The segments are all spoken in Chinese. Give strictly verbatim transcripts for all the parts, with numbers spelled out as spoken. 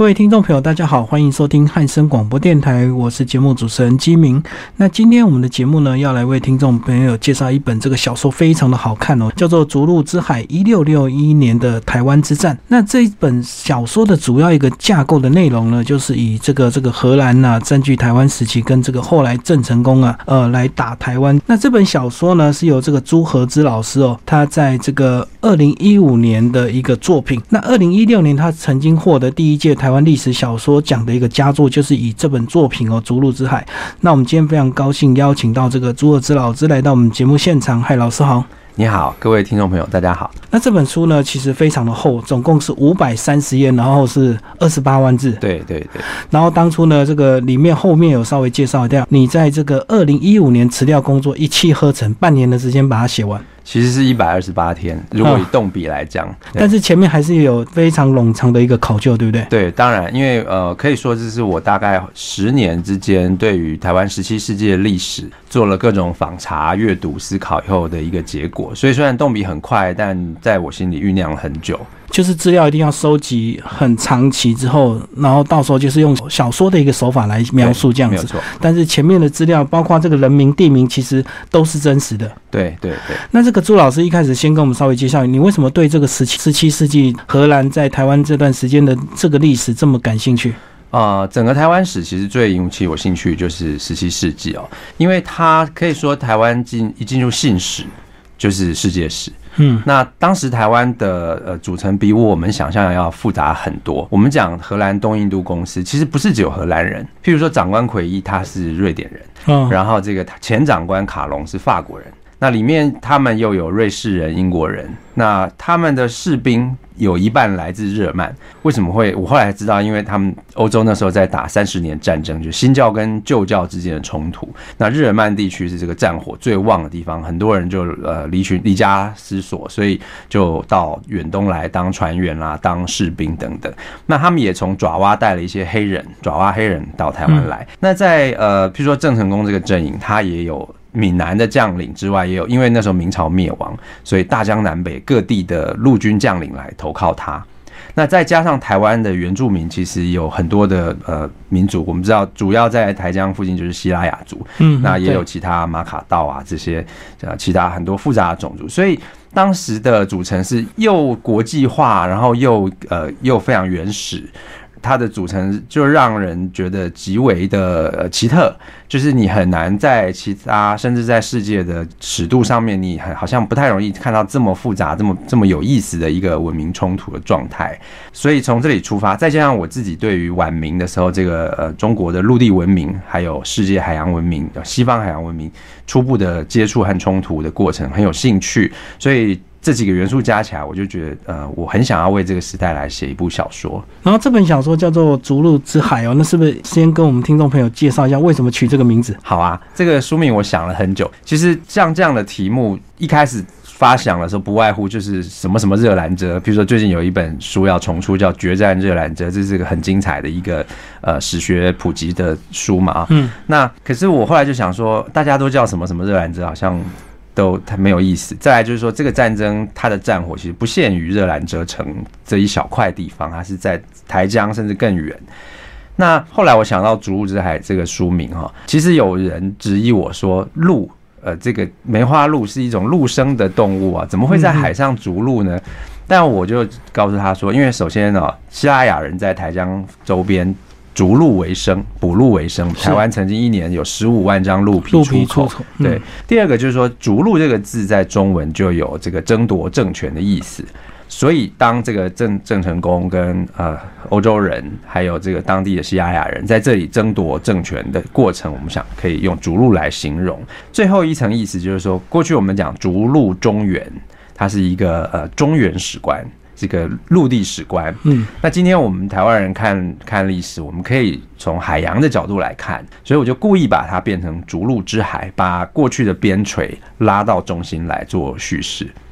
各位听众朋友大家好，欢迎收听汉声广播电台，我是节目主持人基明。那今天我们的节目呢，要来为听众朋友介绍一本这个小说，非常的好看哦，叫做《逐鹿之海》一六六一年的台湾之战。那这一本小说的主要一个架构的内容呢，就是以这个这个荷兰啊占据台湾时期，跟这个后来郑成功啊呃来打台湾。那这本小说呢，是由这个朱和之老师哦，他在这个二零一五年的一个作品。那二零一六年他曾经获得第一届台湾历史小说奖的一个佳作，就是以这本作品哦《逐鹿之海》。那我们今天非常高兴邀请到这个朱和之老师来到我们节目现场。嗨，老师好。 你好，各位听众朋友大家好。 那这本书呢其实非常的厚，总共是五百三十页，然后是二十八万字。 对对对。 然后当初呢这个里面后面有稍微介绍一下，你在这个二零一五年辞掉工作，一气呵成半年的时间把它写完。 其实是一百二十八天，如果以动笔来讲、哦， 但是前面还是有非常冗长的一个考究，对不对？ 对，当然，因为呃，可以说这是我大概十年之间对于台湾十七世纪的历史做了各种访查、阅读、思考以后的一个结果。所以虽然动笔很快，但在我心里酝酿了很久。 就是资料一定要收集很长期之后，然后到时候就是用小说的一个手法来描述这样子。但是前面的资料，包括这个人名、地名，其实都是真实的。 对对对。 那这个朱老师一开始先跟我们稍微介绍，你为什么对这个十七世纪荷兰在台湾这段时间的这个历史这么感兴趣？ 呃，整个台湾史其实最引起我兴趣就是十七世纪哦，因为它可以说台湾进一进入信史就是世界史。嗯，那当时台湾的呃组成比我们想象的要复杂很多。我们讲荷兰东印度公司，其实不是只有荷兰人，譬如说长官奎伊他是瑞典人，嗯，然后这个前长官卡隆是法国人，那里面他们又有瑞士人、英国人，那他们的士兵有一半来自日耳曼。为什么会？我后来才知道，因为他们欧洲那时候在打三十年战争，就是新教跟旧教之间的冲突。那日耳曼地区是这个战火最旺的地方，很多人就呃离群离家失所，所以就到远东来当船员啦、当士兵等等。那他们也从爪哇带了一些黑人，爪哇黑人到台湾来。嗯、那在呃，譬如说郑成功这个阵营，他也有闽南的将领之外，也有因为那时候明朝灭亡，所以大江南北各地的陆军将领来投靠他。那再加上台湾的原住民，其实有很多的呃民族，我们知道主要在台江附近就是西拉雅族，嗯，那也有其他马卡道啊这些呃其他很多复杂的种族，所以当时的组成是又国际化，然后又呃又非常原始。它的组成就让人觉得极为的奇特，就是你很难在其他甚至在世界的尺度上面，你好像不太容易看到这么复杂、这么这么有意思的一个文明冲突的状态。所以从这里出发，再加上我自己对于晚明的时候这个呃中国的陆地文明，还有世界海洋文明、西方海洋文明初步的接触和冲突的过程很有兴趣，所以这几个元素加起来，我就觉得，呃，我很想要为这个时代来写一部小说。然后这本小说叫做《逐鹿之海》哦，那是不是先跟我们听众朋友介绍一下为什么取这个名字？好啊，这个书名我想了很久。其实像这样的题目，一开始发想的时候，不外乎就是什么什么热兰遮。比如说最近有一本书要重出，叫《决战热兰遮》，这是个很精彩的一个呃史学普及的书嘛。嗯，那可是我后来就想说，大家都叫什么什么热兰遮，好像都没有意思。再来就是说，这个战争它的战火其实不限于热兰遮城这一小块地方，它是在台江甚至更远。那后来我想到《逐鹿之海》这个书名哈，其实有人质疑我说，鹿呃这个梅花鹿是一种陆生的动物啊，怎么会在海上逐鹿呢？但我就告诉他说，因为首先啊，西拉雅人在台江周边逐鹿为生，捕鹿为生。台湾曾经一年有十五万张鹿皮出口。嗯、对，第二个就是说，逐鹿这个字在中文就有这个争夺政权的意思。所以，当这个郑郑成功跟呃欧洲人，还有这个当地的西拉雅人在这里争夺政权的过程，我们想可以用逐鹿来形容。最后一层意思就是说，过去我们讲逐鹿中原，它是一个呃中原史观。这个陆地史观，嗯，那今天我们台湾人看看历史，我们可以从海洋的角度来看，所以我就故意把它变成逐鹿之海，把过去的边陲拉到中心来做叙事。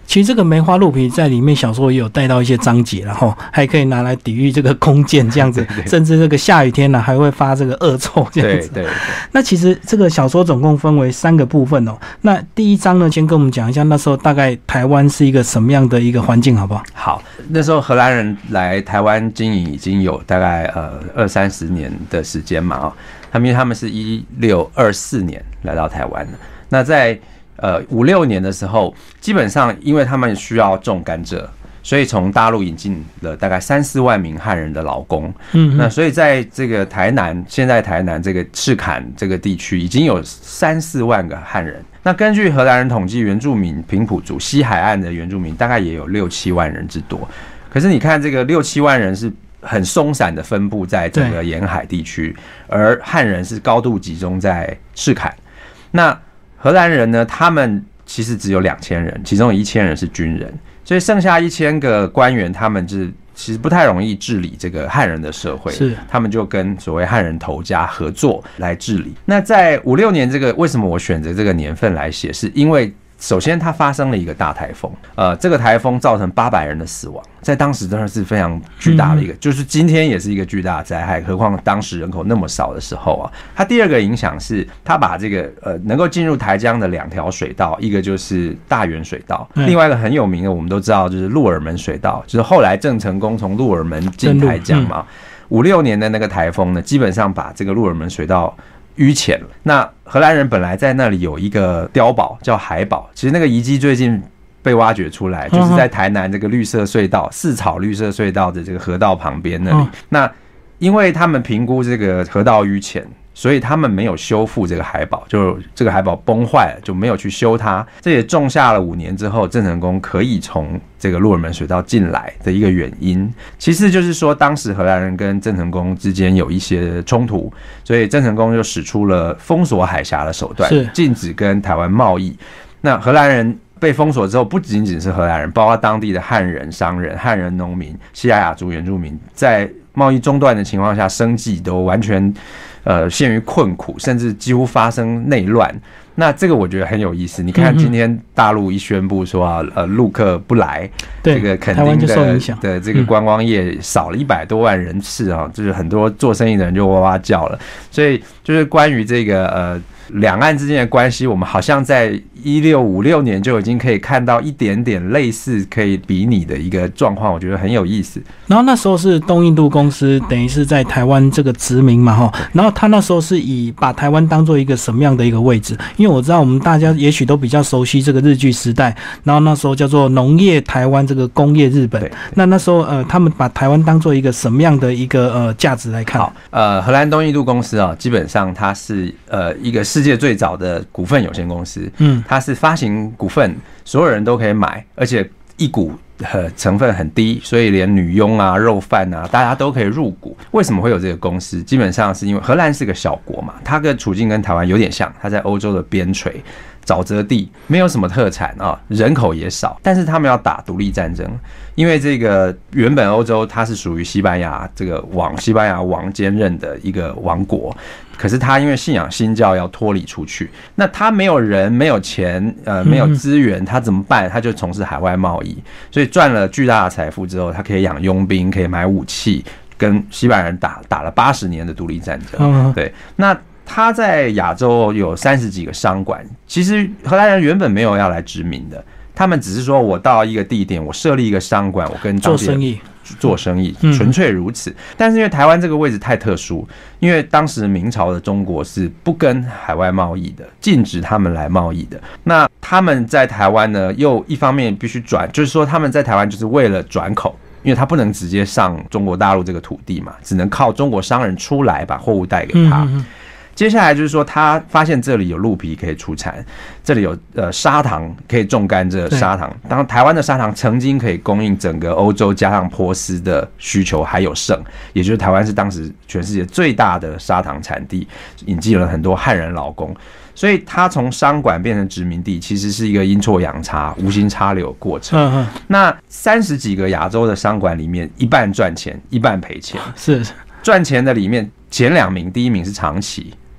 其实这个梅花鹿皮在里面小说也有带到一些章节，然后还可以拿来抵御这个弓箭这样子，对对对，甚至这个下雨天呢、啊、还会发这个恶臭这样子。对对对。那其实这个小说总共分为三个部分哦。那第一章呢，先跟我们讲一下那时候大概台湾是一个什么样的一个环境，好不好？ 好，那时候荷兰人来台湾经营已经有大概呃二三十年的时间嘛，哦，他们因为他们是一六二四年来到台湾的，那在呃五六年的时候，基本上因为他们需要种甘蔗，所以从大陆引进了大概三四万名汉人的劳工。嗯，那所以在这个台南，现在台南这个赤坎这个地区已经有三四万个汉人。那根据荷兰人统计，原住民平埔族西海岸的原住民大概也有六七万人之多。可是你看这个六七万人是很松散的分布在整个沿海地区，而汉人是高度集中在赤坎。那荷兰人呢，他们其实只有两千人，其中有一千人是军人，所以剩下一千个官员，他们是其实不太容易治理这个汉人的社会，是他们就跟所谓汉人头家合作来治理。那在五六年这个，为什么我选择这个年份来写？是因为首先它发生了一个大台风，呃，这个台风造成八百人的死亡，在当时真的是非常巨大的一个，就是今天也是一个巨大的灾害，何况当时人口那么少的时候啊。它第二个影响是，它把这个呃能够进入台江的两条水道，一个就是大园水道，另外一个很有名的我们都知道就是鹿耳门水道，就是后来郑成功从鹿耳门进台江嘛。五六年的那个台风呢，基本上把这个鹿耳门水道淤浅了。那荷兰人本来在那里有一个碉堡叫海堡，其实那个遗迹最近被挖掘出来，就是在台南这个绿色隧道四草绿色隧道的这个河道旁边那里。那因为他们评估这个河道淤浅，所以他们没有修复这个海堡，就这个海堡崩坏了，就没有去修它。这也种下了五年之后郑成功可以从这个鹿耳门水道进来的一个原因。其次就是说，当时荷兰人跟郑成功之间有一些冲突，所以郑成功就使出了封锁海峡的手段，禁止跟台湾贸易。那荷兰人被封锁之后，不仅仅是荷兰人，包括当地的汉人、商人、汉人农民、西拉雅族原住民，在贸易中断的情况下，生计都完全呃陷于困苦，甚至几乎发生内乱。那这个我觉得很有意思。你看今天大陆一宣布说啊，呃，陆客不来，这个垦丁的的这个观光业少了一百多万人次啊，就是很多做生意的人就哇哇叫了。所以就是关于这个呃。两岸之间的关系，我们好像在一六五六年就已经可以看到一点点类似可以比拟的一个状况，我觉得很有意思。 然后那时候是东印度公司等于是在台湾这个殖民嘛，哈。然后他那时候是以把台湾当做一个什么样的一个位置？因为我知道我们大家也许都比较熟悉这个日据时代，然后那时候叫做农业台湾，这个工业日本。那那时候呃，他们把台湾当做一个什么样的一个呃价值来看？ 好，呃，荷兰东印度公司啊，基本上它是呃一个世界最早的股份有限公司，嗯，它是发行股份，所有人都可以买，而且一股呃成分很低，所以连女佣啊、肉贩啊，大家都可以入股。为什么会有这个公司？基本上是因为荷兰是个小国嘛，它的处境跟台湾有点像，它在欧洲的边陲。沼泽地，没有什么特产啊，人口也少，但是他们要打独立战争，因为这个原本欧洲它是属于西班牙这个王西班牙王兼任的一个王国，可是他因为信仰新教要脱离出去，那他没有人没有钱呃没有资源，他怎么办？他就从事海外贸易，所以赚了巨大的财富之后，他可以养佣兵，可以买武器，跟西班牙人打打了八十年的独立战争。对，那。他在亚洲有三十几个商馆，其实荷兰人原本没有要来殖民的，他们只是说我到一个地点，我设立一个商馆，我跟当地人做生意，做生意，纯粹如此。但是因为台湾这个位置太特殊，因为当时明朝的中国是不跟海外贸易的，禁止他们来贸易的。那他们在台湾呢，又一方面必须转，就是说他们在台湾就是为了转口。因为他不能直接上中国大陆这个土地嘛，只能靠中国商人出来把货物带给他。接下来就是说，他发现这里有鹿皮可以出产，这里有呃砂糖可以种甘蔗砂糖。当然，台湾的砂糖曾经可以供应整个欧洲加上波斯的需求还有剩，也就是台湾是当时全世界最大的砂糖产地，引进了很多汉人劳工。所以他从商馆变成殖民地，其实是一个阴错阳差、无心插柳的过程。嗯嗯。那三十几个亚洲的商馆里面，一半赚钱，一半赔钱。 是。 赚钱的里面前两名，第一名是长崎。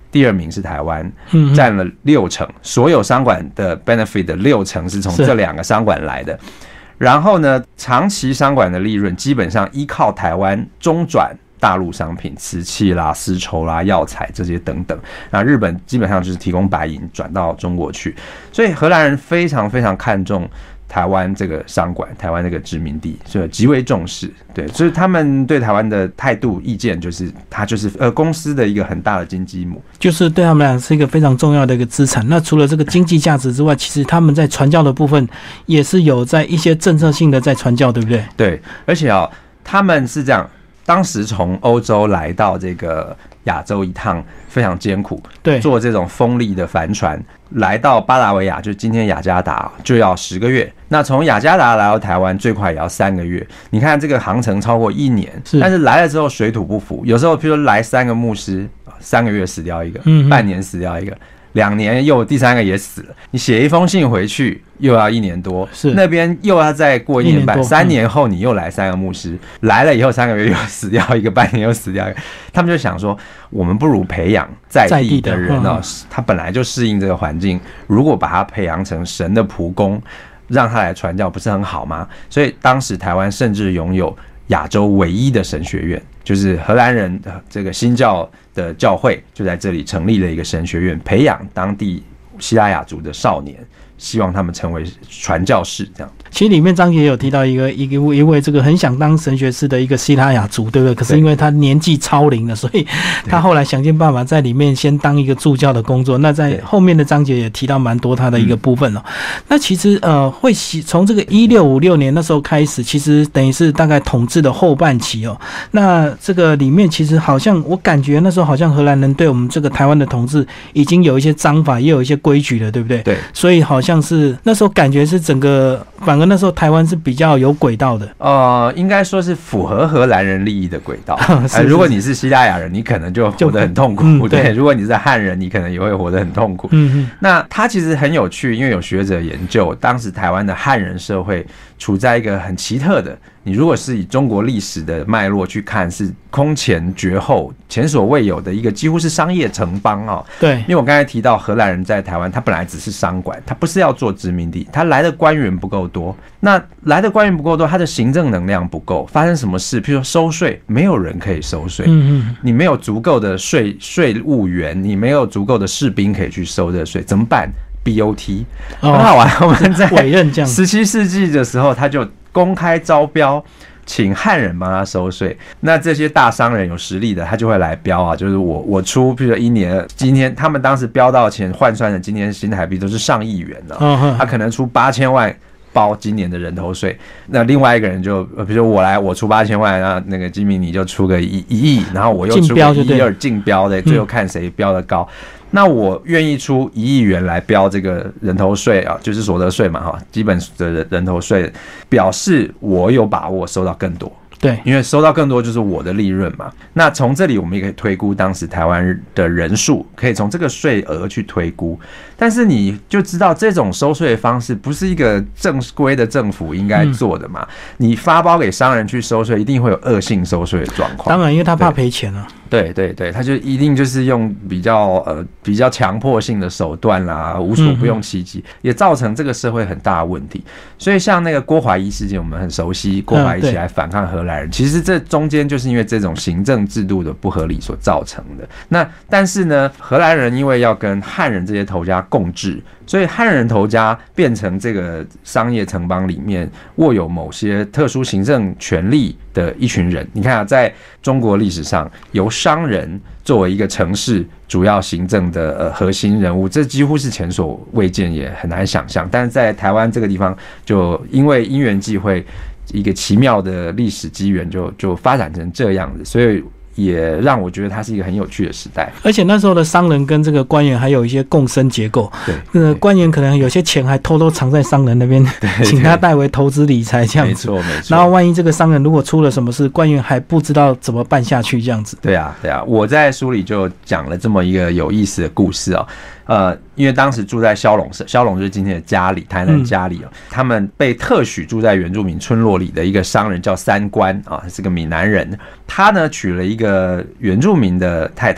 第二名是台湾，占了六成，所有商管的 benefit 的六成是从这两个商管来的。然后呢，长期商管的利润基本上依靠台湾中转大陆商品，瓷器啦、丝绸啦、药材这些等等。那日本基本上就是提供白银转到中国去，所以荷兰人非常非常看重台湾这个商管，台湾这个殖民地，所以极为重视。对，所以他们对台湾的态度意见就是，它就是呃公司的一个很大的金鸡母， 就是对他们俩是一个非常重要的一个资产。那除了这个经济价值之外，其实他们在传教的部分也是有在一些政策性的在传教，对不对？ 对，而且啊、哦，他们是这样，当时从欧洲来到这个亚洲一趟非常艰苦， 对， 坐这种风力的帆船来到巴达维亚，就今天雅加达就要十个月。那从雅加达来到台湾最快也要三个月。你看这个航程超过一年，但是来了之后水土不服，有时候譬如说来三个牧师，三个月死掉一个，半年死掉一个。两年又第三个也死了，你写一封信回去又要一年多， 是那边又要再过一年半，三年后你又来三个牧师，来了以后三个月又死掉一个，半年又死掉一个，他们就想说，我们不如培养在地的人哦，他本来就适应这个环境，如果把他培养成神的仆工，让他来传教，不是很好吗？所以当时台湾甚至拥有亚洲唯一的神学院，就是荷兰人这个新教的教会就在这里成立了一个神学院，培养当地西拉雅族的少年，希望他们成为传教士这样。 其实里面章节也有提到一个一个一位这个很想当神学士的一个西拉雅族，对不对？可是因为他年纪超龄了，所以他后来想尽办法在里面先当一个助教的工作。那在后面的章节也提到蛮多他的一个部分哦。那其实呃，会从这个一六五六年那时候开始，其实等于是大概统治的后半期哦。那这个里面其实好像我感觉那时候好像荷兰人对我们这个台湾的统治已经有一些章法，也有一些规矩了，对不对？ 对。 所以好像是那时候感觉是整个反而那时候台湾是比较有轨道的， 呃，应该说是符合荷兰人利益的轨道。是是是呃、如果你是西拉雅人，你可能就活得很痛苦，嗯、对, 对。如果你是汉人，你可能也会活得很痛苦。嗯嗯。那它其实很有趣，因为有学者研究，当时台湾的汉人社会处在一个很奇特的，你如果是以中国历史的脉络去看，是空前绝后、前所未有的一个几乎是商业城邦哦。 对， 因为我刚才提到荷兰人在台湾，他本来只是商管，他不是要做殖民地，他来的官员不够多。那来的官员不够多，他的行政能量不够，发生什么事？譬如说收税，没有人可以收税，嗯嗯，你没有足够的税税务员，你没有足够的士兵可以去收这个税，怎么办？B O T 很好玩，我们在十七世纪的时候，他就公开招标，请汉人帮他收税。那这些大商人有实力的，他就会来标啊，就是我我出，比如说一年，今天他们当时标到钱换算的今天新台币都是上亿元的，他可能出八千万包今年的人头税。那另外一个人就，比如说我来，我出八千万，那那个金明你就出个一一亿，然后我又出个一亿二竞标的，最后看谁标的高。那我愿意出一亿元来标这个人头税啊，就是所得税嘛，哈，基本的人头税，表示我有把握收到更多。 对， 因为收到更多就是我的利润嘛。那从这里我们也可以推估当时台湾的人数，可以从这个税额去推估。但是你就知道这种收税的方式不是一个正规的政府应该做的嘛。嗯、你发包给商人去收税，一定会有恶性收税的状况。 当然，因为他怕赔钱啊。 对对对，他就一定就是用比较呃比较强迫性的手段啦，无所不用其极，也造成这个社会很大的问题。所以像那个郭怀义事件，我们很熟悉，郭怀义起来反抗荷兰人，嗯、其实这中间就是因为这种行政制度的不合理所造成的。那但是呢，荷兰人因为要跟汉人这些头家共治，所以汉人头家变成这个商业城邦里面握有某些特殊行政权力的一群人。你看啊，在中国历史上，由商人作为一个城市主要行政的呃核心人物，这几乎是前所未见，也很难想象。但是在台湾这个地方，就因为因缘际会，一个奇妙的历史机缘，就就发展成这样子，所以也让我觉得它是一个很有趣的时代。 而且那时候的商人跟这个官员还有一些共生结构，对，那个官员可能有些钱还偷偷藏在商人那边，请他代为投资理财这样子。 没错没错。 然后万一这个商人如果出了什么事，官员还不知道怎么办下去这样子。 对啊对啊，我在书里就讲了这么一个有意思的故事哦。呃，因为当时住在骁龙社，骁龙就是今天的嘉里，台南的嘉里哦，他们被特许住在原住民村落里的一个商人叫三官啊，是个闽南人，他呢娶了一个原住民的太太，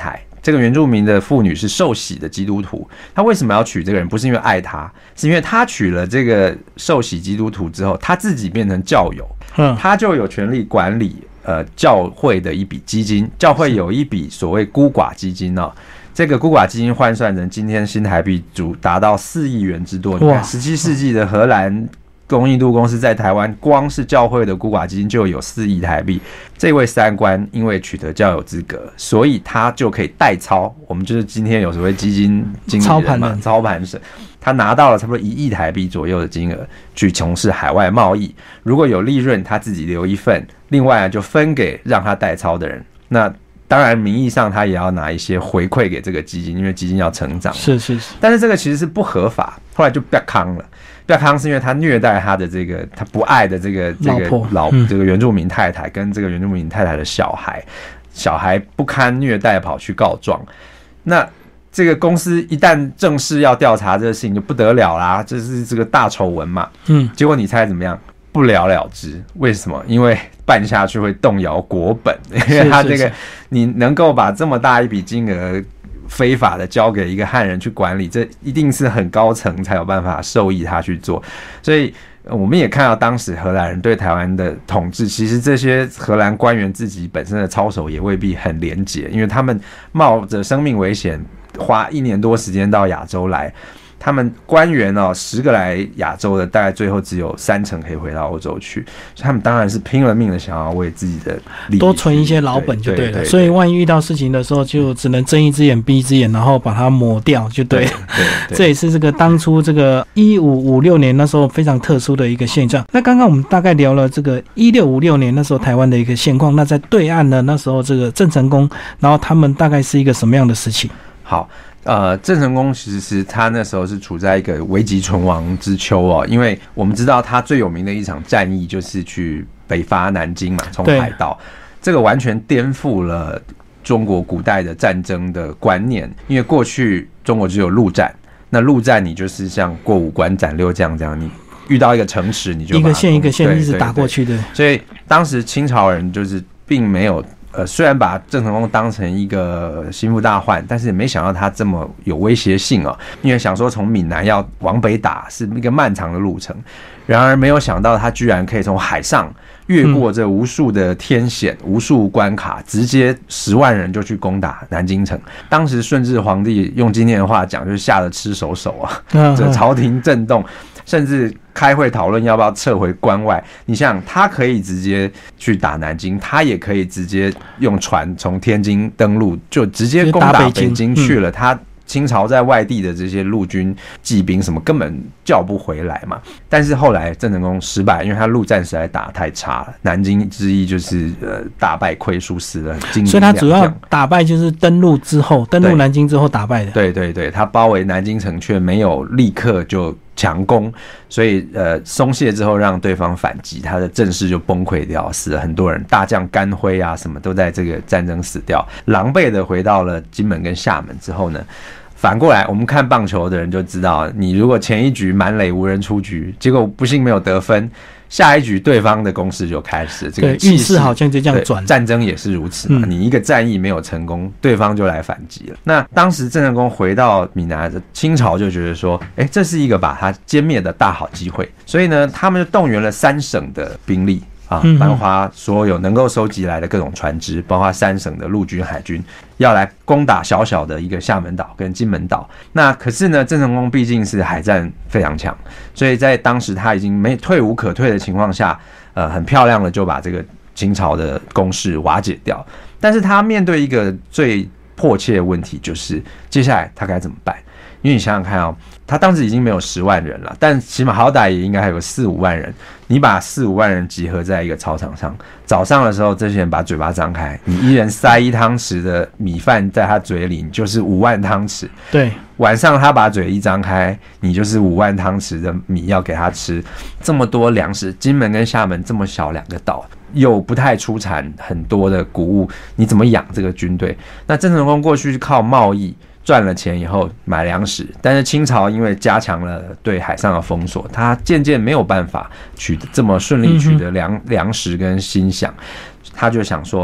这个原住民的妇女是受洗的基督徒，他为什么要娶这个人？不是因为爱他，是因为他娶了这个受洗基督徒之后，他自己变成教友，他就有权利管理呃教会的一笔基金，教会有一笔所谓孤寡基金哦。这个孤寡基金换算成今天新台币足达到四亿元之多。你看，十七世纪的荷兰公益度公司在台湾，光是教会的孤寡基金就有四亿台币。这位三官因为取得教友资格，所以他就可以代操。我们就是今天有所谓基金经理人嘛，操盘手，他拿到了差不多一亿台币左右的金额去从事海外贸易。如果有利润，他自己留一份，另外就分给让他代操的人。那当然，名义上他也要拿一些回馈给这个基金，因为基金要成长。 是是是。 但是这个其实是不合法，后来就被康了。被康是因为他虐待他的这个他不爱的这个这个老这个原住民太太跟这个原住民太太的小孩，小孩不堪虐待跑去告状。那这个公司一旦正式要调查这个事情就不得了啦，这是这个大丑闻嘛。嗯。结果你猜怎么样？不了了之。为什么？因为办下去会动摇国本，因为他这个你能够把这么大一笔金额非法的交给一个汉人去管理，这一定是很高层才有办法授意他去做。所以我们也看到当时荷兰人对台湾的统治，其实这些荷兰官员自己本身的操守也未必很廉洁，因为他们冒着生命危险花一年多时间到亚洲来，他们官员哦，十个来亚洲的，大概最后只有三成可以回到欧洲去，所以他们当然是拼了命的想要为自己的利益多存一些老本就对了。对对对对，所以万一遇到事情的时候，就只能睁一只眼闭一只眼，然后把它抹掉就对了。对对对，这也是这个当初这个一五五六年那时候非常特殊的一个现象。那刚刚我们大概聊了这个一六五六年那时候台湾的一个现况，那在对岸呢，那时候这个郑成功，然后他们大概是一个什么样的时期？ 好。呃，郑成功其实他那时候是处在一个危急存亡之秋哦，因为我们知道他最有名的一场战役就是去北伐南京嘛，冲海盗，这个完全颠覆了中国古代的战争的观念，因为过去中国只有陆战，那陆战你就是像过五关斩六将这样，你遇到一个城池你就一个县一个县一直打过去的， 所以当时清朝人就是并没有。呃，虽然把郑成功当成一个心腹大患，但是也没想到他这么有威胁性哦。因为想说从闽南要往北打是一个漫长的路程，然而没有想到他居然可以从海上越过这无数的天险、嗯、无数关卡，直接十万人就去攻打南京城。当时顺治皇帝用今天的话讲，就是吓得吃手手啊，这朝廷震动。甚至开会讨论要不要撤回关外。你想想，他可以直接去打南京，他也可以直接用船从天津登陆，就直接攻打北京去了。他清朝在外地的这些陆军骑兵什么根本叫不回来嘛。但是后来郑成功失败，因为他陆战实在打太差了，南京之役就是呃大败亏输，死了精兵两将。 所以他主要打败就是登陆之后，登陆南京之后打败的。 对对对，他包围南京城却没有立刻就强攻，所以呃松懈之后让对方反击，他的阵势就崩溃掉，死了很多人，大将甘辉啊什么都在这个战争死掉，狼狈的回到了金门跟厦门之后呢，反过来我们看棒球的人就知道，你如果前一局满垒无人出局，结果不幸没有得分，下一局对方的攻势就开始，这个运势好像就这样转。 战争也是如此嘛、嗯，你一个战役没有成功，对方就来反击了。那当时郑成功回到闽南，清朝就觉得说，哎、欸，这是一个把他歼灭的大好机会，所以呢，他们就动员了三省的兵力。啊，包括所有能够收集来的各种船只，包括三省的陆军、海军，要来攻打小小的一个厦门岛跟金门岛。那可是呢，郑成功毕竟是海战非常强，所以在当时他已经没退无可退的情况下，呃，很漂亮的就把这个清朝的攻势瓦解掉。但是他面对一个最迫切的问题，就是接下来他该怎么办？因为你想想看哦，他当时已经没有十万人了，但起码好歹也应该还有四五万人。你把四五万人集合在一个操场上，早上的时候这些人把嘴巴张开，你一人塞一汤匙的米饭在他嘴里，你就是五万汤匙。 对， 晚上他把嘴一张开，你就是五万汤匙的米要给他吃。这么多粮食，金门跟厦门这么小两个岛，又不太出产很多的谷物，你怎么养这个军队？那郑成功过去靠贸易赚了钱以后买粮食，但是清朝因为加强了对海上的封锁，他渐渐没有办法取得这么顺利取得粮粮食跟薪饷，他就想说，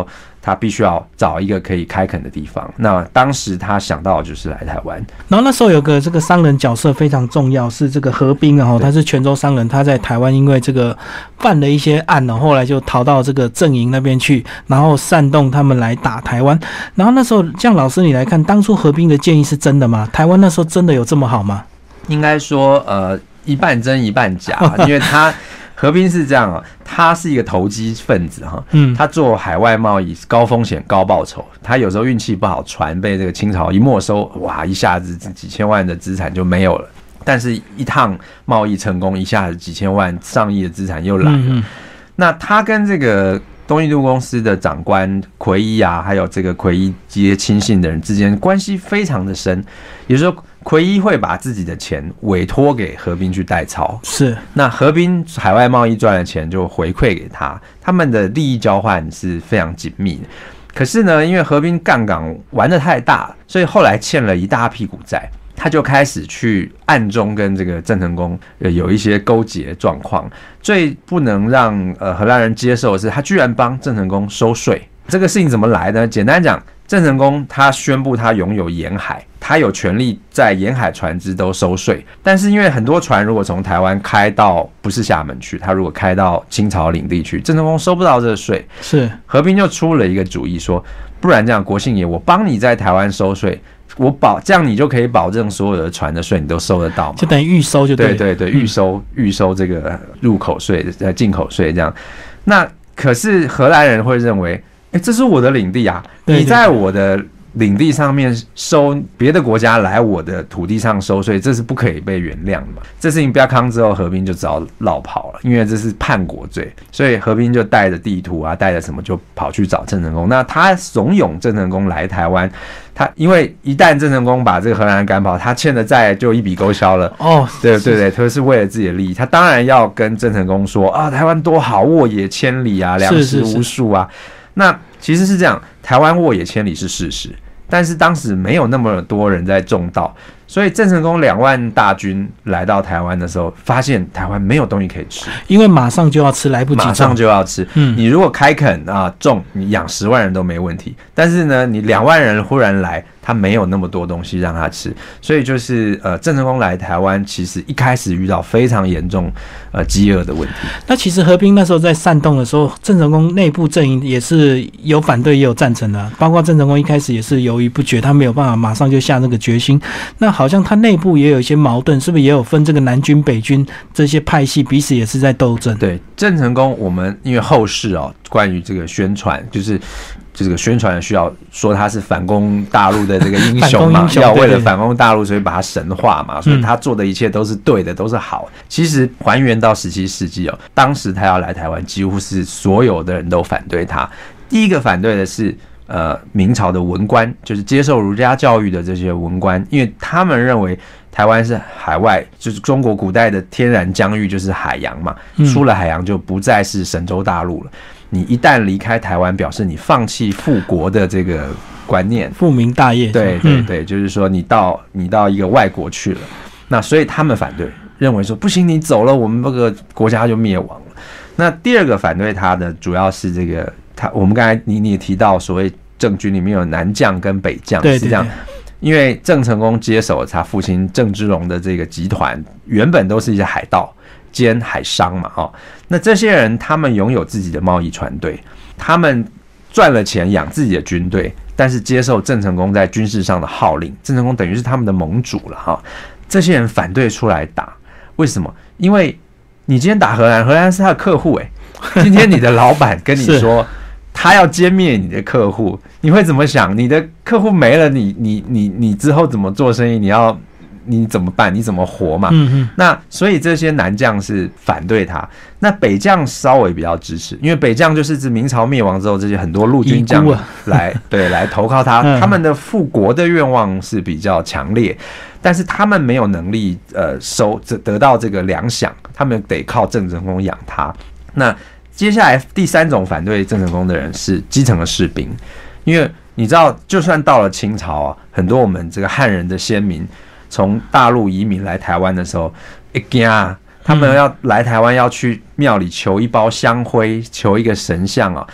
他必须要找一个可以开垦的地方。那当时他想到的就是来台湾。 然后那时候有个这个商人角色非常重要，是这个河滨啊，他是泉州商人，他在台湾因为这个犯了一些案呢，后来就逃到这个阵营那边去，然后煽动他们来打台湾。然后那时候，像老师你来看，当初河滨的建议是真的吗？台湾那时候真的有这么好吗？ 应该说，呃，一半真一半假，因为他河滨是这样啊，他是一个投机分子哈，嗯，他做海外贸易高风险高报酬，他有时候运气不好，船被这个清朝一没收，哇，一下子几千万的资产就没有了。但是，一趟贸易成功，一下子几千万、上亿的资产又来了。嗯、那他跟这个东印度公司的长官奎一啊，还有这个奎一这些亲信的人之间关系非常的深。也就是说，奎一会把自己的钱委托给河滨去代操， 是那河滨海外贸易赚的钱就回馈给他，他们的利益交换是非常紧密的。可是呢，因为河滨杠杆玩得太大，所以后来欠了一大屁股债。他就开始去暗中跟这个郑成功有一些勾结状况，最不能让呃荷兰人接受的是，他居然帮郑成功收税。这个事情怎么来呢？简单讲，郑成功他宣布他拥有沿海，他有权利在沿海船只都收税。但是因为很多船如果从台湾开到不是厦门去，他如果开到清朝领地去，郑成功收不到这个税。 是河滨就出了一个主意说，不然这样，国姓爷，我帮你在台湾收税。我保这样，你就可以保证所有的船的税你都收得到嘛？ 就等于预收就对了。 对对对，预收预收这个入口税、呃进口税这样。那可是荷兰人会认为，哎，这是我的领地啊，你在我的领地上面收别的国家来我的土地上收税，这是不可以被原谅的嘛。这事情不要康之后，河滨就只好落跑了，因为这是叛国罪，所以河滨就带着地图啊，带着什么就跑去找郑成功。那他怂恿郑成功来台湾。他因为一旦郑成功把这个荷兰人赶跑，他欠的债就一笔勾销了。哦，对对对，他是为了自己的利益，他当然要跟郑成功说啊，台湾多好，沃野千里啊，粮食无数啊。是是是，那其实是这样，台湾沃野千里是事实，但是当时没有那么多人在种稻，所以郑成功两万大军来到台湾的时候，发现台湾没有东西可以吃， 因为马上就要吃，来不及， 马上就要吃。嗯，你如果开垦啊种，你养十万人都没问题，但是呢，你两万人忽然来，他没有那么多东西让他吃，所以就是呃，郑成功来台湾，其实一开始遇到非常严重呃饥饿的问题。 那其实河滨那时候在煽动的时候，郑成功内部阵营也是有反对也有赞成的，包括郑成功一开始也是犹豫不决，他没有办法马上就下那个决心。那好像他内部也有一些矛盾，是不是也有分这个南军北军这些派系彼此也是在斗争？ 对，郑成功我们因为后世哦，关于这个宣传就是这个宣传需要说他是反攻大陆的这个英雄嘛，要为了反攻大陆，所以把他神化嘛，所以他做的一切都是对的，都是好的。其实还原到十七世纪哦，当时他要来台湾，几乎是所有的人都反对他。第一个反对的是呃明朝的文官，就是接受儒家教育的这些文官，因为他们认为台湾是海外，就是中国古代的天然疆域就是海洋嘛，出了海洋就不再是神州大陆了。你一旦离开台湾，表示你放弃复国的这个观念， 复明大业。 对对对，嗯、就是说你到你到一个外国去了，那所以他们反对，认为说不行，你走了，我们这个国家就灭亡了。那第二个反对他的，主要是这个他，我们刚才你你也提到，所谓政军里面有南将跟北将，是这样。因为郑成功接手他父亲郑芝龙的这个集团，原本都是一些海盗兼海商嘛，哦，那这些人他们拥有自己的贸易船队，他们赚了钱养自己的军队，但是接受郑成功在军事上的号令，郑成功等于是他们的盟主了哈。这些人反对出来打，为什么？因为你今天打荷兰，荷兰是他的客户哎，今天你的老板跟你说他要歼灭你的客户，你会怎么想？你的客户没了，你你你你之后怎么做生意？你要你怎么办？你怎么活嘛？嗯嗯。那所以这些南将是反对他，那北将稍微比较支持，因为北将就是指明朝灭亡之后，这些很多陆军将来对来投靠他，他们的复国的愿望是比较强烈，但是他们没有能力呃收得到这个粮饷，他们得靠郑成功养他。那接下来第三种反对郑成功的人是基层的士兵，因为你知道，就算到了清朝啊，很多我们这个汉人的先民从大陆移民来台湾的时候，一惊啊，他们要来台湾要去庙里求一包香灰，求一个神像啊，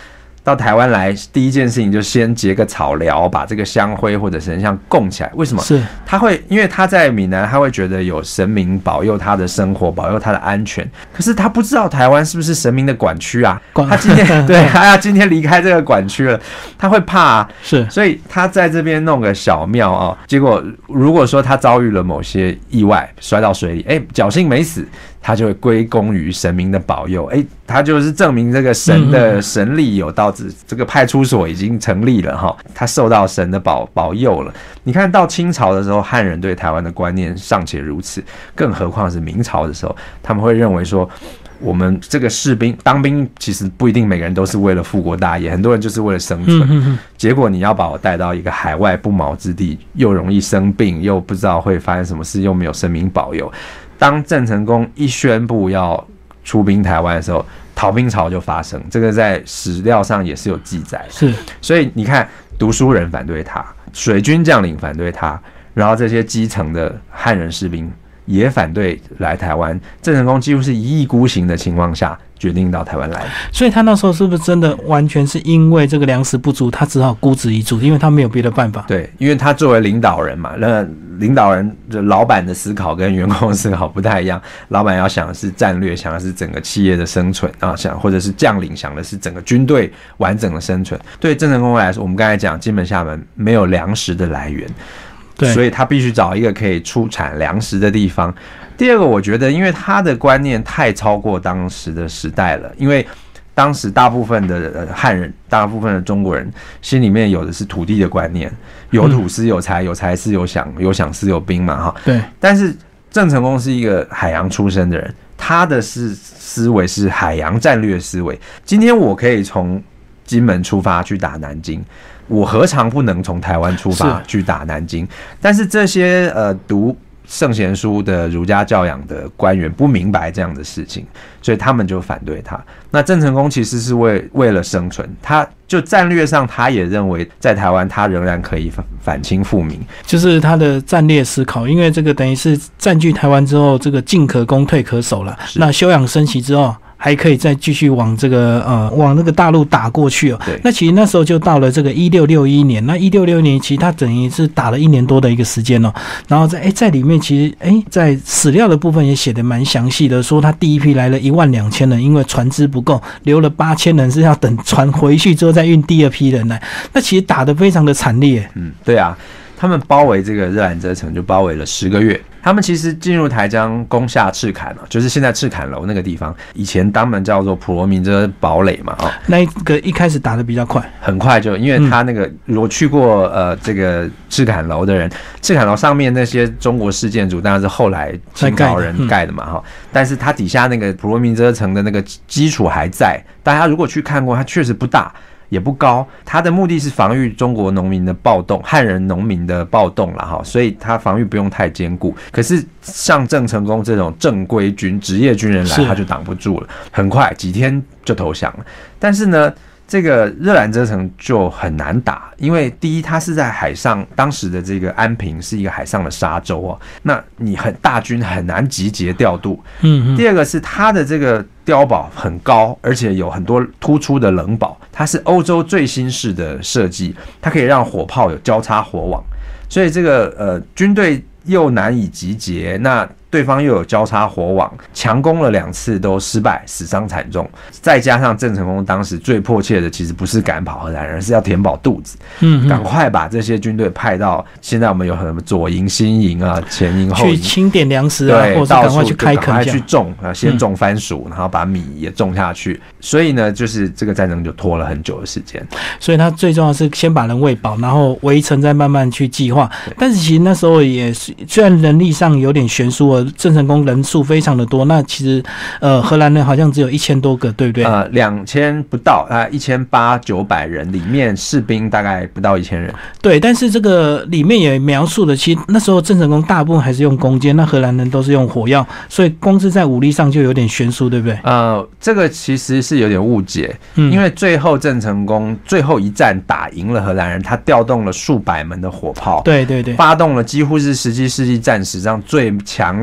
到台湾来，第一件事情就先结个草寮，把这个香灰或者神像供起来。为什么？ 是他会，因为他在闽南，他会觉得有神明保佑他的生活，保佑他的安全。可是他不知道台湾是不是神明的管区啊？他今天对，他要今天离开这个管区了，他会怕啊。 是， 所以他在这边弄个小庙啊，结果如果说他遭遇了某些意外，摔到水里，哎，侥幸没死。他就会归功于神明的保佑，哎，他就是证明这个神的神力有到这个派出所已经成立了哈，他受到神的保保佑了。你看到清朝的时候，汉人对台湾的观念尚且如此，更何况是明朝的时候，他们会认为说，我们这个士兵当兵，其实不一定每个人都是为了复国大业，很多人就是为了生存。结果你要把我带到一个海外不毛之地，又容易生病，又不知道会发生什么事，又没有神明保佑。当郑成功一宣布要出兵台湾的时候，逃兵潮就发生，这个在史料上也是有记载。 是， 所以你看，读书人反对他，水军将领反对他，然后这些基层的汉人士兵也反对来台湾。郑成功几乎是一意孤行的情况下，决定到台湾来。 所以他那时候是不是真的完全是因为这个粮食不足，他只好孤注一掷，因为他没有别的办法。 对，因为他作为领导人嘛，那领导人的老板的思考跟员工的思考不太一样。老板要想的是战略，想的是整个企业的生存啊，想或者是将领想的是整个军队完整的生存。对郑成功来说，我们刚才讲金门厦门没有粮食的来源。对，所以他必须找一个可以出产粮食的地方。第二个，我觉得因为他的观念太超过当时的时代了，因为当时大部分的汉人，大部分的中国人心里面有的是土地的观念，有土司有财，有财司有饷，有饷司有兵嘛，哈。对。但是郑成功是一个海洋出身的人，他的是思维是海洋战略思维。今天我可以从金门出发去打南京，我何尝不能从台湾出发去打南京？但是这些呃读圣贤书的儒家教养的官员不明白这样的事情，所以他们就反对他。那郑成功其实是为为了生存，他就战略上他也认为在台湾他仍然可以反清复明， 就是他的战略思考。因为这个等于是占据台湾之后，这个进可攻退可守了，那休养生息之后还可以再继续往这个呃往那个大陆打过去哦。那其实那时候就到了这个一六六一年，那一六六一年其实他等于是打了一年多的一个时间哦。然后在哎在里面其实哎在史料的部分也写得蛮详细的，说他第一批来了一万两千人，因为船只不够，留了八千人是要等船回去之后再运第二批人来。那其实打得非常的惨烈。 嗯，对啊。他们包围这个热兰遮城就包围了十个月。他们其实进入台江攻下赤坎，就是现在赤坎楼那个地方，以前他们叫做普罗民遮堡垒嘛，哦， 那个一开始打得比较快， 很快就，因为他那个如果去过呃这个赤坎楼的人，赤坎楼上面那些中国式建筑当然是后来清朝人盖的嘛，哈，但是它底下那个普罗民遮城的那个基础还在，大家如果去看过，它确实不大。也不高，他的目的是防御中国农民的暴动，汉人农民的暴动啦哈，所以他防御不用太坚固。可是像郑成功这种正规军、职业军人来，他就挡不住了，很快几天就投降了。但是呢，这个热兰遮城就很难打，因为第一，它是在海上，当时的这个安平是一个海上的沙洲哦，那你很大军很难集结调度。嗯，第二个是它的这个碉堡很高，而且有很多突出的冷堡，它是欧洲最新式的设计，它可以让火炮有交叉火网，所以这个呃军队又难以集结，那对方又有交叉火网，强攻了两次都失败，死伤惨重。再加上郑成功当时最迫切的其实不是赶跑荷兰人，而是要填饱肚子，嗯，赶快把这些军队派到现在我们有什么左营、新营啊、前营、后营， 去清点粮食啊，或者赶快去开垦， 赶快去种啊，先种番薯，然后把米也种下去。所以呢，就是这个战争就拖了很久的时间。 所以他最重要的是先把人喂饱，然后围城再慢慢去计划。但是其实那时候也是虽然人力上有点悬殊了。郑成功人数非常的多，那其实呃荷兰人好像只有一千多个，对不对？ 呃，两千不到啊，一千八九百人，里面士兵大概不到一千人。 对，但是这个里面也描述的，其实那时候郑成功大部分还是用弓箭，那荷兰人都是用火药，所以光是在武力上就有点悬殊，对不对？ 呃，这个其实是有点误解，嗯，因为最后郑成功最后一战打赢了荷兰人，他调动了数百门的火炮， 对对对， 发动了几乎是十七世纪战史上最强烈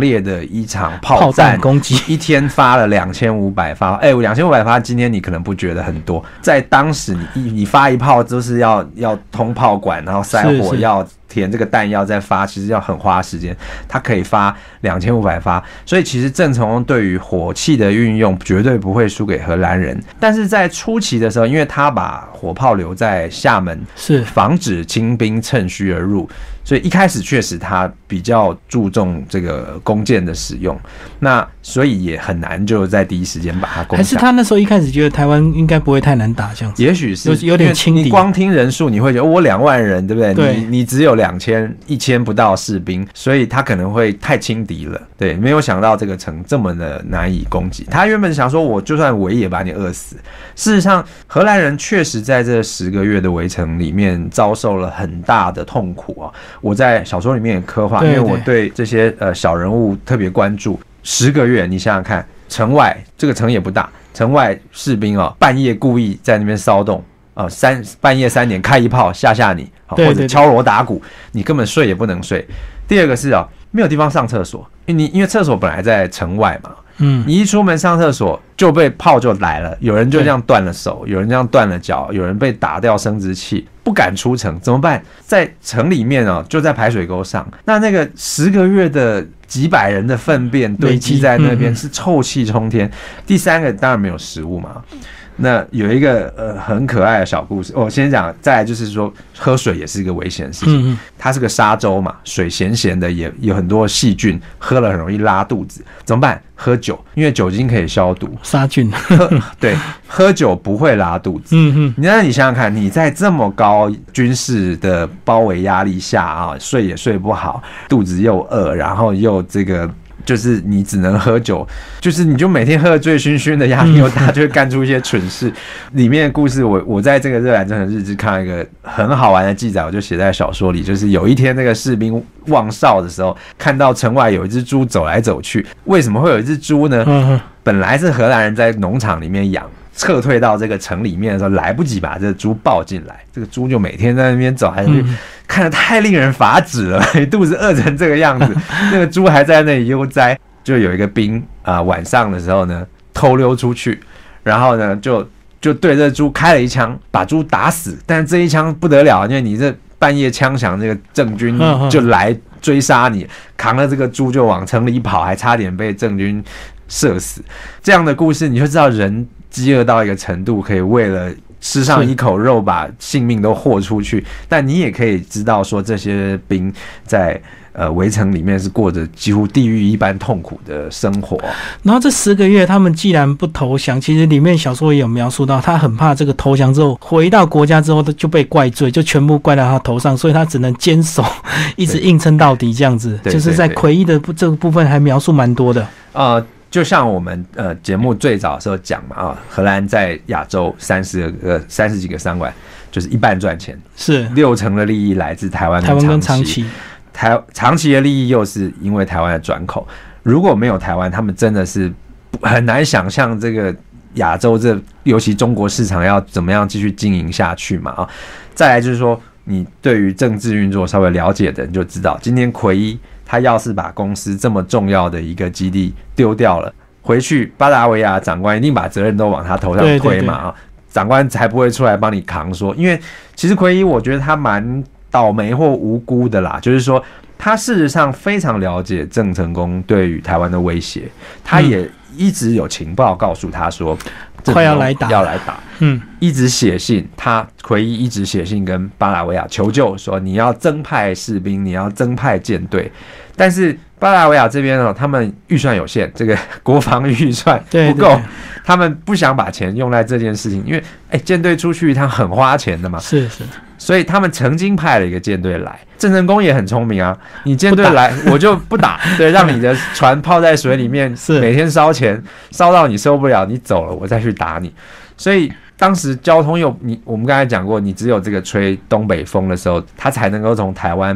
烈的一场炮战攻击， 一天发了两千五百发，哎，两千五百发，今天你可能不觉得很多，在当时你你发一炮就是要要通炮管，然后塞火，要填这个弹药再发，其实要很花时间。他可以发两千五百发，所以其实郑成功对于火器的运用绝对不会输给荷兰人。但是在初期的时候，因为他把火炮留在厦门， 是防止清兵趁虚而入，所以一开始确实他比较注重这个弓箭的使用，那所以也很难就在第一时间把它攻下。 还是他那时候一开始觉得台湾应该不会太难打这样子？ 也许是有点轻敌。 你光听人数，你会觉得、哦、我两万人，对不对？ 对， 你你只有两千一千不到士兵，所以他可能会太轻敌了。对，没有想到这个城这么的难以攻击。他原本想说，我就算围也把你饿死。事实上，荷兰人确实在这十个月的围城里面遭受了很大的痛苦啊。我在小说里面也刻画，因为我对这些呃小人物特别关注。十个月，你想想看，城外这个城也不大，城外士兵哦，半夜故意在那边骚动啊、呃，三半夜三点开一炮吓吓你，或者敲锣打鼓，你根本睡也不能睡。第二个是哦，没有地方上厕所，因为你因为厕所本来在城外嘛。嗯，你一出门上厕所就被炮就来了，有人就这样断了手，有人这样断了脚，有人被打掉生殖器，不敢出城，怎么办？在城里面哦，就在排水沟上，那那个十个月的几百人的粪便堆积在那边，是臭气冲天。第三个当然没有食物嘛。那有一个呃很可爱的小故事，我、哦、先讲，再来就是说喝水也是一个危险的事情。嗯、它是个沙洲嘛，水咸咸的，也有很多细菌，喝了很容易拉肚子，怎么办？喝酒，因为酒精可以消毒杀菌。 对，喝酒不会拉肚子。嗯嗯，那你想想看，你在这么高军事的包围压力下啊，睡也睡不好，肚子又饿，然后又这个。就是你只能喝酒，就是你就每天喝得醉醺醺的，压力又大，就会干出一些蠢事。里面的故事我，我我在这个热兰镇的日志看到一个很好玩的记载，我就写在小说里。就是有一天那个士兵望哨的时候，看到城外有一只猪走来走去。为什么会有一只猪呢？本来是荷兰人在农场里面养。撤退到这个城里面的时候，来不及把这个猪抱进来，这个猪就每天在那边走来走去，看得太令人发指了，肚子饿成这个样子，那个猪还在那里悠哉。就有一个兵啊、呃，晚上的时候呢，偷溜出去，然后呢，就就对这猪开了一枪，把猪打死。但是这一枪不得了，因为你这半夜枪响，这个郑军就来追杀你，扛了这个猪就往城里跑，还差点被郑军射死。这样的故事，你就知道人。饥饿到一个程度，可以为了吃上一口肉把性命都豁出去，但你也可以知道说这些兵在呃围城里面是过着几乎地狱一般痛苦的生活。 然后这十个月他们既然不投降，其实里面小说也有描述到，他很怕这个投降之后回到国家之后就被怪罪，就全部怪到他头上，所以他只能坚守，一直硬撑到底这样子。就是在魁夷的这个部分还描述蛮多的啊。呃就像我们呃节目最早的时候讲嘛啊，荷兰在亚洲三十个三十几个商馆，就是一半赚钱， 是六成的利益来自台湾台湾跟长崎， 台长期的利益又是因为台湾的转口。如果没有台湾，他们真的是很难想象这个亚洲这尤其中国市场要怎么样继续经营下去嘛啊。再来就是说，你对于政治运作稍微了解的人就知道，今天魁夷。他要是把公司这么重要的一个基地丢掉了，回去巴达维亚长官一定把责任都往他头上推嘛啊，长官才不会出来帮你扛说，因为其实魁夷我觉得他蛮倒霉或无辜的啦，就是说他事实上非常了解郑成功对于台湾的威胁，他也一直有情报告诉他说。 快要来打， 要来打，嗯，一直写信，他魁夷一直写信跟巴达维亚求救，说你要增派士兵，你要增派舰队，但是巴达维亚这边哦，他们预算有限，这个国防预算不够，他们不想把钱用在这件事情，因为哎，舰队出去一趟很花钱的嘛， 是是， 所以他们曾经派了一个舰队来，郑成功也很聪明啊，你舰队来我就不打，对，让你的船泡在水里面，是每天烧钱，烧到你受不了，你走了，我再去打你。所以当时交通又你我们刚才讲过，你只有这个吹东北风的时候，它才能够从台湾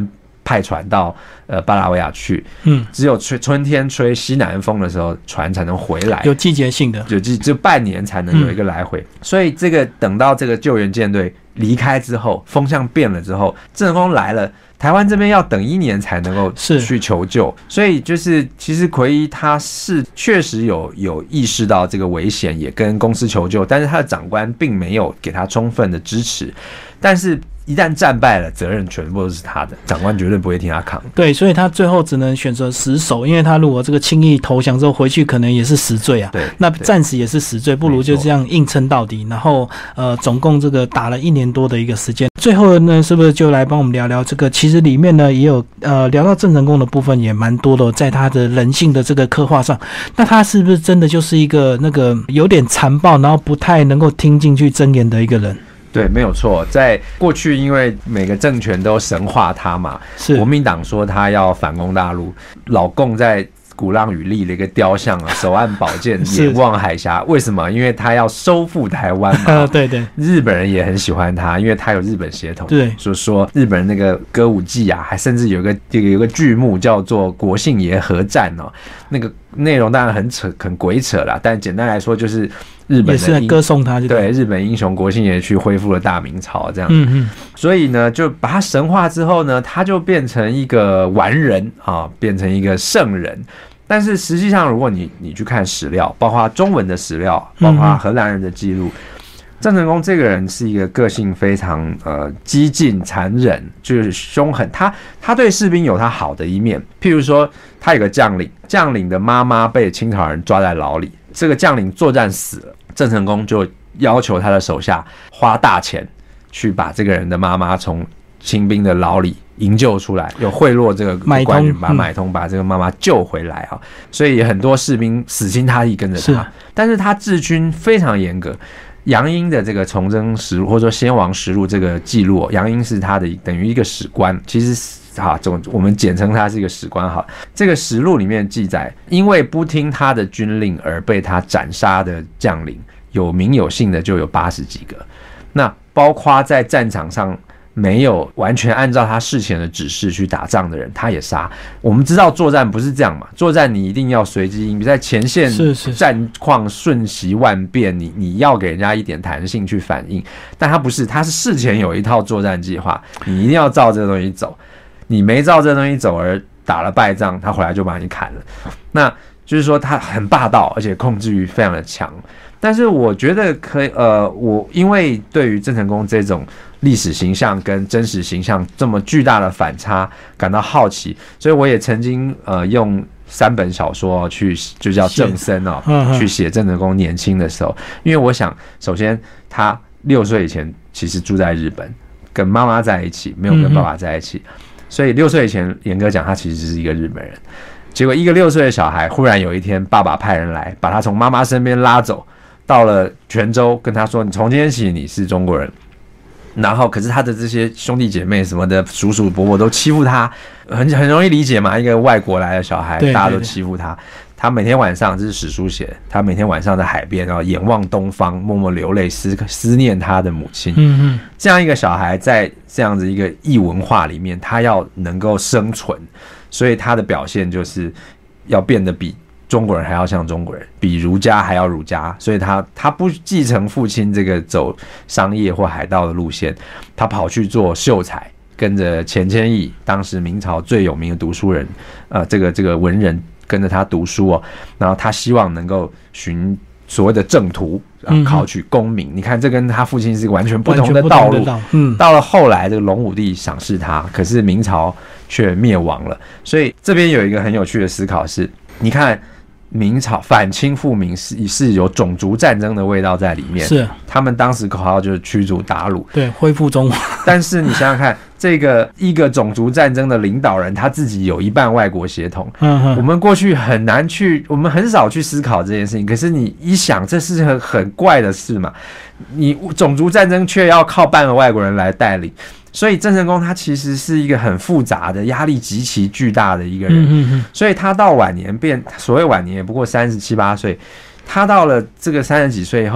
派船到呃巴拉维亚去， 嗯， 只有吹春天吹西南风的时候，船才能回来， 有季节性的， 就就半年才能有一个来回，嗯、所以这个等到这个救援舰队离开之后，风向变了之后，郑成功来了。台湾这边要等一年才能够去求救，所以就是其实奎一他是确实有有意识到这个危险，也跟公司求救，但是他的长官并没有给他充分的支持，但是一旦战败了，责任全部都是他的，长官绝对不会替他扛。 对，所以他最后只能选择死守，因为他如果这个轻易投降之后回去，可能也是死罪啊。 对， 那战死也是死罪，不如就这样硬撑到底。然后呃，总共这个打了一年多的一个时间。最后呢，是不是就来帮我们聊聊这个？其实里面呢也有呃聊到郑成功的部分也蛮多的，在他的人性的这个刻画上，那他是不是真的就是一个那个有点残暴，然后不太能够听进去箴言的一个人？ 对，没有错。在过去，因为每个政权都神化他嘛，是国民党说他要反攻大陆，老共在鼓浪屿立了一个雕像啊，手按宝剑，眼望海峡。为什么？因为他要收复台湾嘛。 对对。日本人也很喜欢他，因为他有日本血统。 对。 所以说日本人那个歌舞伎啊，还甚至有个这个有个剧目叫做《国姓爷合战》哦，那个内容当然很扯很鬼扯啦，但简单来说就是日本也是在歌颂他就对, 对日本英雄国姓爷去恢复了大明朝这样。 嗯嗯。 所以呢，就把他神化之后呢，他就变成一个完人啊，变成一个圣人。但是实际上，如果你你去看史料，包括中文的史料，包括荷兰人的记录，郑成功这个人是一个个性非常呃激进、残忍，就是凶狠。他他对士兵有他好的一面，譬如说，他有个将领，将领的妈妈被清朝人抓在牢里，这个将领作战死了，郑成功就要求他的手下花大钱去把这个人的妈妈从清兵的牢里营救出来，有贿赂这个官员，把买通，把这个妈妈救回来啊！所以很多士兵死心塌地跟着他，但是他治军非常严格。杨英的这个从征实录或者说先王实录这个记录，杨英是他的等于一个史官，其实好，我们简称他是一个史官好。这个实录里面记载，因为不听他的军令而被他斩杀的将领，有名有姓的就有八十几个，那包括在战场上没有完全按照他事前的指示去打仗的人，他也杀。我们知道作战不是这样嘛，作战你一定要随机应变，在前线战况瞬息万变，你你要给人家一点弹性去反应。但他不是，他是事前有一套作战计划，你一定要照这个东西走。你没照这个东西走而打了败仗，他回来就把你砍了。那就是说他很霸道，而且控制欲非常的强。但是我觉得可以，呃，我因为对于郑成功这种历史形象跟真实形象这么巨大的反差感到好奇，所以我也曾经呃用三本小说去，就叫郑森哦，去写郑成功年轻的时候，因为我想，首先他六岁以前其实住在日本，跟妈妈在一起，没有跟爸爸在一起，所以六岁以前严格讲，他其实是一个日本人。结果一个六岁的小孩，忽然有一天，爸爸派人来把他从妈妈身边拉走。到了泉州，跟他说：“你从今天起你是中国人。”然后，可是他的这些兄弟姐妹什么的，叔叔伯伯都欺负他，很很容易理解嘛。一个外国来的小孩，大家都欺负他。他每天晚上，这是史书写，他每天晚上在海边，然后眼望东方，默默流泪，思思念他的母亲。嗯嗯，这样一个小孩在这样子一个异文化里面，他要能够生存，所以他的表现就是要变得比中国人还要像中国人，比儒家还要儒家，所以他他不继承父亲这个走商业或海盗的路线，他跑去做秀才，跟着钱谦益，当时明朝最有名的读书人，呃，这个这个文人跟着他读书哦，然后他希望能够寻所谓的正途，啊，考取功名。嗯、你看，这跟他父亲是完全不同的道路。嗯，到了后来，这个隆武帝赏识他，可是明朝却灭亡了。所以这边有一个很有趣的思考是，你看。明朝反清复明是是有种族战争的味道在里面，是他们当时口号就是驱逐鞑虏， 对，恢复中华。 但是你想想看，这个一个种族战争的领导人，他自己有一半外国血统，嗯，我们过去很难去，我们很少去思考这件事情。可是你一想，这是很很怪的事嘛，你种族战争却要靠半个外国人来带领。所以郑成功他其实是一个很复杂的、压力极其巨大的一个人，嗯嗯嗯，所以他到晚年变，所谓晚年也不过三十七八岁，他到了这个三十几岁以后，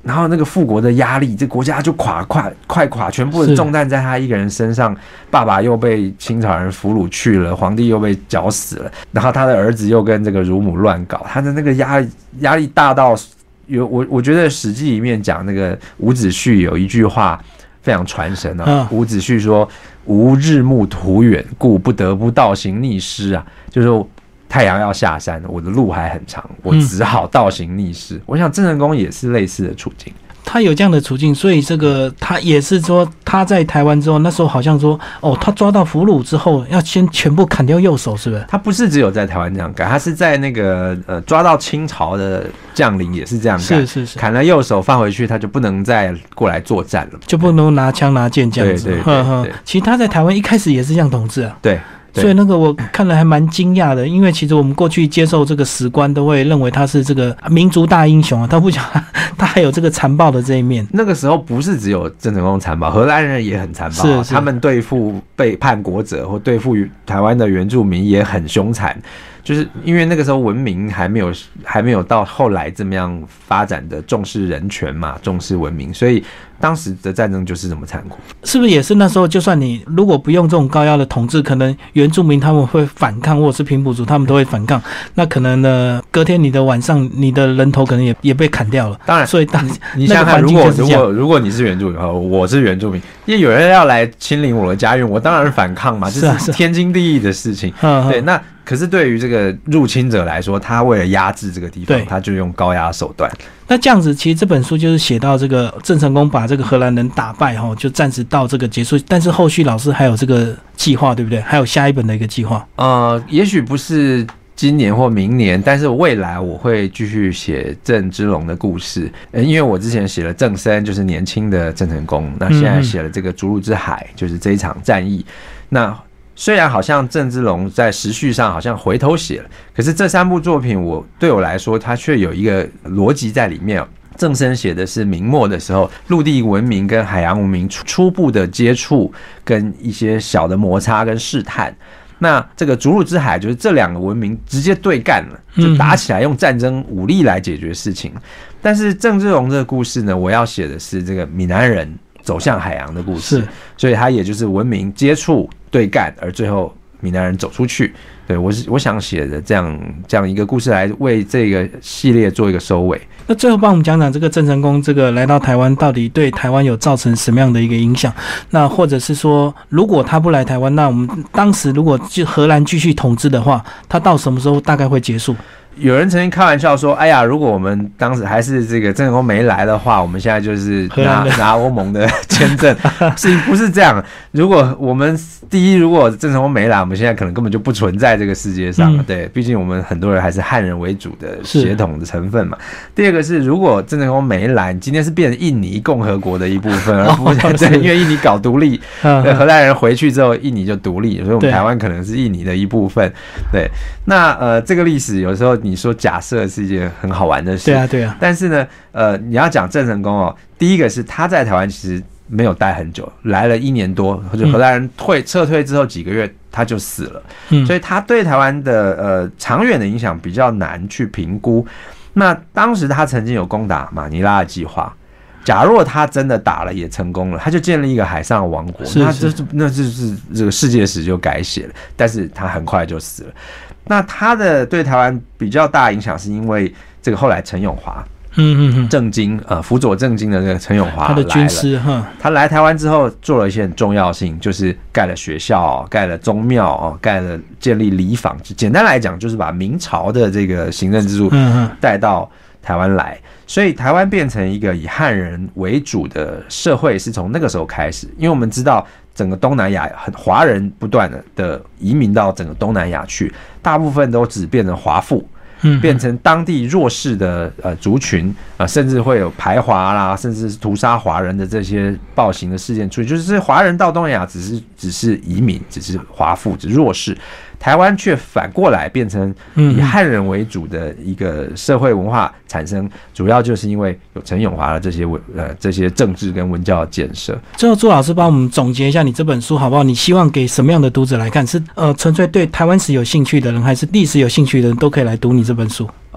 然后那个复国的压力，这国家就垮快快垮，全部的重担在他一个人身上。爸爸又被清朝人俘虏去了，皇帝又被绞死了，然后他的儿子又跟这个乳母乱搞，他的那个压力压力大到有我我觉得《史记》里面讲那个伍子胥有一句话非常传神啊，伍子胥说：“吾日暮途远，故不得不倒行逆施啊。”就是说太阳要下山，我的路还很长，我只好倒行逆施。嗯、我想郑成功也是类似的处境。 他有这样的处境，所以这个他也是说他在台湾之后，那时候好像说哦，他抓到俘虏之后要先全部砍掉右手，是不是？ 他不是只有在台湾这样干，他是在那个呃抓到清朝的将领也是这样干， 是是是， 砍了右手放回去，他就不能再过来作战了， 就不能拿枪拿剑这样子。 对对 对, 对, 对， 其实他在台湾一开始也是这样统治啊。 对。 所以那个我看了还蛮惊讶的，因为其实我们过去接受这个史观都会认为他是这个民族大英雄啊，他不讲他还有这个残暴的这一面。 那个时候不是只有郑成功残暴，荷兰人也很残暴、啊， 是是， 他们对付背叛国者或对付台湾的原住民也很凶残。就是因为那个时候文明还没有还没有到后来这么样发展的重视人权嘛，重视文明，所以当时的战争就是这么残酷。 是不是也是那时候，就算你如果不用这种高压的统治，可能原住民他们会反抗，或者是平埔族他们都会反抗，那可能呢隔天你的晚上你的人头可能也也被砍掉了。 当然， 所以当你想想看，如果如果如果你是原住民，我是原住民，因为有人要来侵凌我的家园，我当然是反抗嘛，这是天经地义的事情。 是啊是啊， 对，那。可是对于这个入侵者来说，他为了压制这个地方，他就用高压手段。 那这样子，其实这本书就是写到这个郑成功把这个荷兰人打败后，就暂时到这个结束。但是后续老师还有这个计划，对不对？还有下一本的一个计划。 呃，也许不是今年或明年，但是未来我会继续写郑芝龙的故事。呃，因为我之前写了郑森，就是年轻的郑成功，那现在写了这个逐鹿之海，就是这一场战役。那虽然好像郑芝龙在时序上好像回头写了，可是这三部作品我对我来说，它却有一个逻辑在里面。郑森写的是明末的时候陆地文明跟海洋文明初步的接触，跟一些小的摩擦跟试探。那这个逐鹿之海就是这两个文明直接对干了，就打起来，用战争武力来解决事情。但是郑芝龙这个故事呢，我要写的是这个闽南人走向海洋的故事，所以它也就是文明接触对干，而最后闽南人走出去。对，我是我想写的这样这样一个故事来为这个系列做一个收尾。 那最后帮我们讲讲这个郑成功这个来到台湾到底对台湾有造成什么样的一个影响？那或者是说，如果他不来台湾，那我们当时如果就荷兰继续统治的话，他到什么时候大概会结束？ 有人曾经开玩笑说：“哎呀，如果我们当时还是这个郑成功没来的话，我们现在就是拿拿欧盟的签证。”事情不是这样。如果我们第一，如果郑成功没来，我们现在可能根本就不存在这个世界上了。嗯、对，毕竟我们很多人还是汉人为主的血统的成分嘛。第二个是，如果郑成功没来，今天是变成印尼共和国的一部分，而不是、哦、对，因为印尼搞独立，对荷兰人回去之后，印尼就独立，所以我们台湾可能是印尼的一部分。对，那呃，这个历史有时候。你说假设是一件很好玩的事， 对啊对啊。 但是呢，呃，你要讲郑成功哦，第一个是他在台湾其实没有待很久，来了一年多，或者荷兰人退撤退之后几个月他就死了，嗯，所以他对台湾的呃长远的影响比较难去评估。那当时他曾经有攻打马尼拉的计划。假若他真的打了也成功了，他就建立一个海上王国，那这那就是这个世界史就改写了。但是他很快就死了。那他的对台湾比较大影响，是因为这个后来陈永华，嗯嗯嗯，郑经呃辅佐郑经的那个陈永华他的军师哈， 他来台湾之后做了一些很重要性，就是盖了学校、盖了宗庙哦，盖了建立礼坊。简单来讲，就是把明朝的这个行政制度带到台湾来。所以台湾变成一个以汉人为主的社会，是从那个时候开始。因为我们知道整个东南亚很华人不断的的移民到整个东南亚去，大部分都只变成华富，变成当地弱势的呃族群啊、呃，甚至会有排华啦，甚至是屠殺华人的这些暴行的事件出现。就是华人到东南亚只是只是移民，只是华富，只是弱势。台湾却反过来变成以汉人为主的一个社会文化产生，主要就是因为有陈永华的这些呃这些政治跟文教的建设。 最后，朱老师帮我们总结一下你这本书好不好？你希望给什么样的读者来看？是呃纯粹对台湾史有兴趣的人，还是历史有兴趣的人都可以来读你这本书？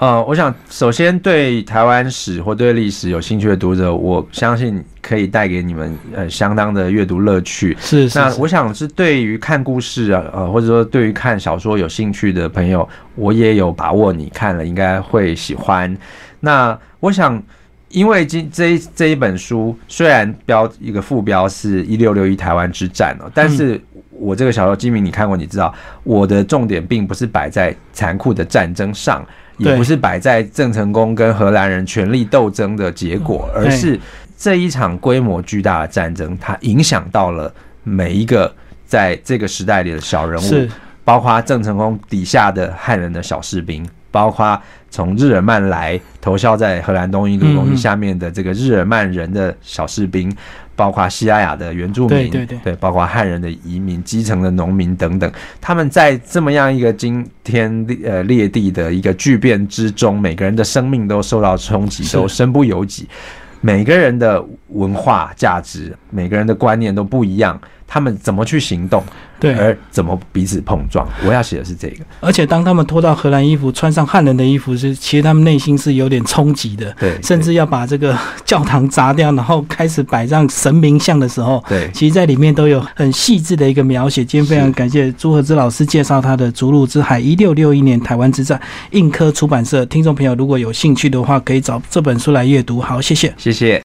呃，我想首先对台湾史或对历史有兴趣的读者，我相信可以带给你们呃相当的阅读乐趣。 是, 是, 是。 那我想是对于看故事啊，呃，或者说对于看小说有兴趣的朋友，我也有把握你看了应该会喜欢。那我想，因为这这一这一本书虽然标一个副标是一六六一台湾之战哦，但是我这个小说基民你看过，你知道我的重点并不是摆在残酷的战争上。也不是摆在郑成功跟荷兰人权力斗争的结果，而是这一场规模巨大的战争，它影响到了每一个在这个时代里的小人物，包括郑成功底下的汉人的小士兵，包括从日耳曼来投效在荷兰东印度公司下面的这个日耳曼人的小士兵，包括西拉雅的原住民， 对对 对, 对，包括汉人的移民、基层的农民等等，他们在这么样一个惊天呃裂地的一个巨变之中，每个人的生命都受到冲击，都身不由己。每个人的文化价值、每个人的观念都不一样，他们怎么去行动？对，而怎么彼此碰撞？我要写的是这个。 而且当他们脱到荷兰衣服，穿上汉人的衣服时，其实他们内心是有点冲击的。对，甚至要把这个教堂砸掉，然后开始摆上神明像的时候，对，其实在里面都有很细致的一个描写。今天非常感谢朱和之老师介绍他的《逐鹿之海》一六六一年台湾之战，印科出版社。听众朋友如果有兴趣的话，可以找这本书来阅读。好，谢谢， 谢谢。